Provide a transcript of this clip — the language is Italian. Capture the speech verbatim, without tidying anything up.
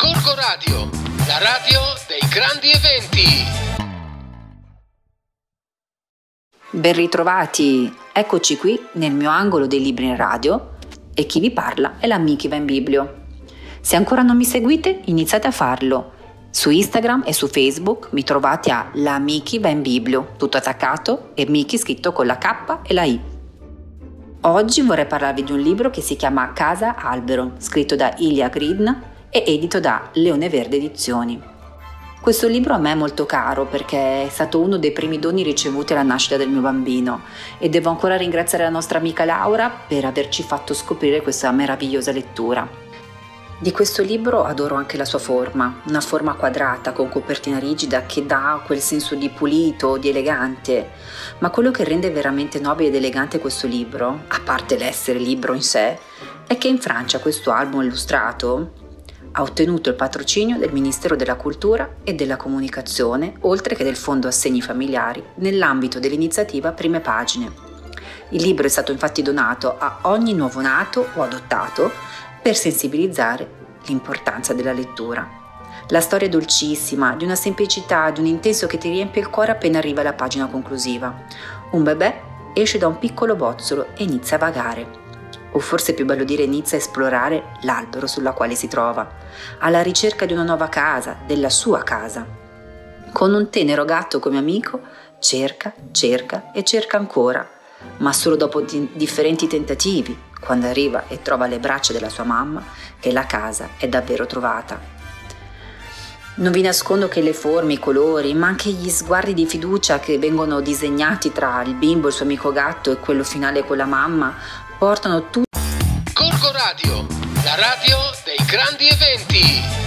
Gorgo Radio, la radio dei grandi eventi. Ben ritrovati, eccoci qui nel mio angolo dei libri in radio e chi vi parla è la Miki va in Biblio. Se ancora non mi seguite, iniziate a farlo. Su Instagram e su Facebook mi trovate a La Miki va in Biblio, tutto attaccato e Miki scritto con la K e la I. Oggi vorrei parlarvi di un libro che si chiama Casa Albero, scritto da Ilya Grin e edito da Leone Verde Edizioni. Questo libro a me è molto caro perché è stato uno dei primi doni ricevuti alla nascita del mio bambino e devo ancora ringraziare la nostra amica Laura per averci fatto scoprire questa meravigliosa lettura. Di questo libro adoro anche la sua forma, una forma quadrata con copertina rigida che dà quel senso di pulito, di elegante, ma quello che rende veramente nobile ed elegante questo libro, a parte l'essere libro in sé, è che in Francia questo album illustrato ha ottenuto il patrocinio del Ministero della Cultura e della Comunicazione, oltre che del Fondo Assegni Familiari, nell'ambito dell'iniziativa Prime Pagine. Il libro è stato infatti donato a ogni nuovo nato o adottato per sensibilizzare l'importanza della lettura. La storia è dolcissima, di una semplicità, di un intenso che ti riempie il cuore appena arriva alla pagina conclusiva. Un bebè esce da un piccolo bozzolo e inizia a vagare. O forse è più bello dire inizia a esplorare l'albero sulla quale si trova, alla ricerca di una nuova casa, della sua casa. Con un tenero gatto come amico, cerca, cerca e cerca ancora, ma solo dopo di- differenti tentativi, quando arriva e trova le braccia della sua mamma, che la casa è davvero trovata. Non vi nascondo che le forme, i colori, ma anche gli sguardi di fiducia che vengono disegnati tra il bimbo, il suo amico gatto e quello finale con la mamma, portano tutti. Gorgo Radio, la radio dei grandi eventi.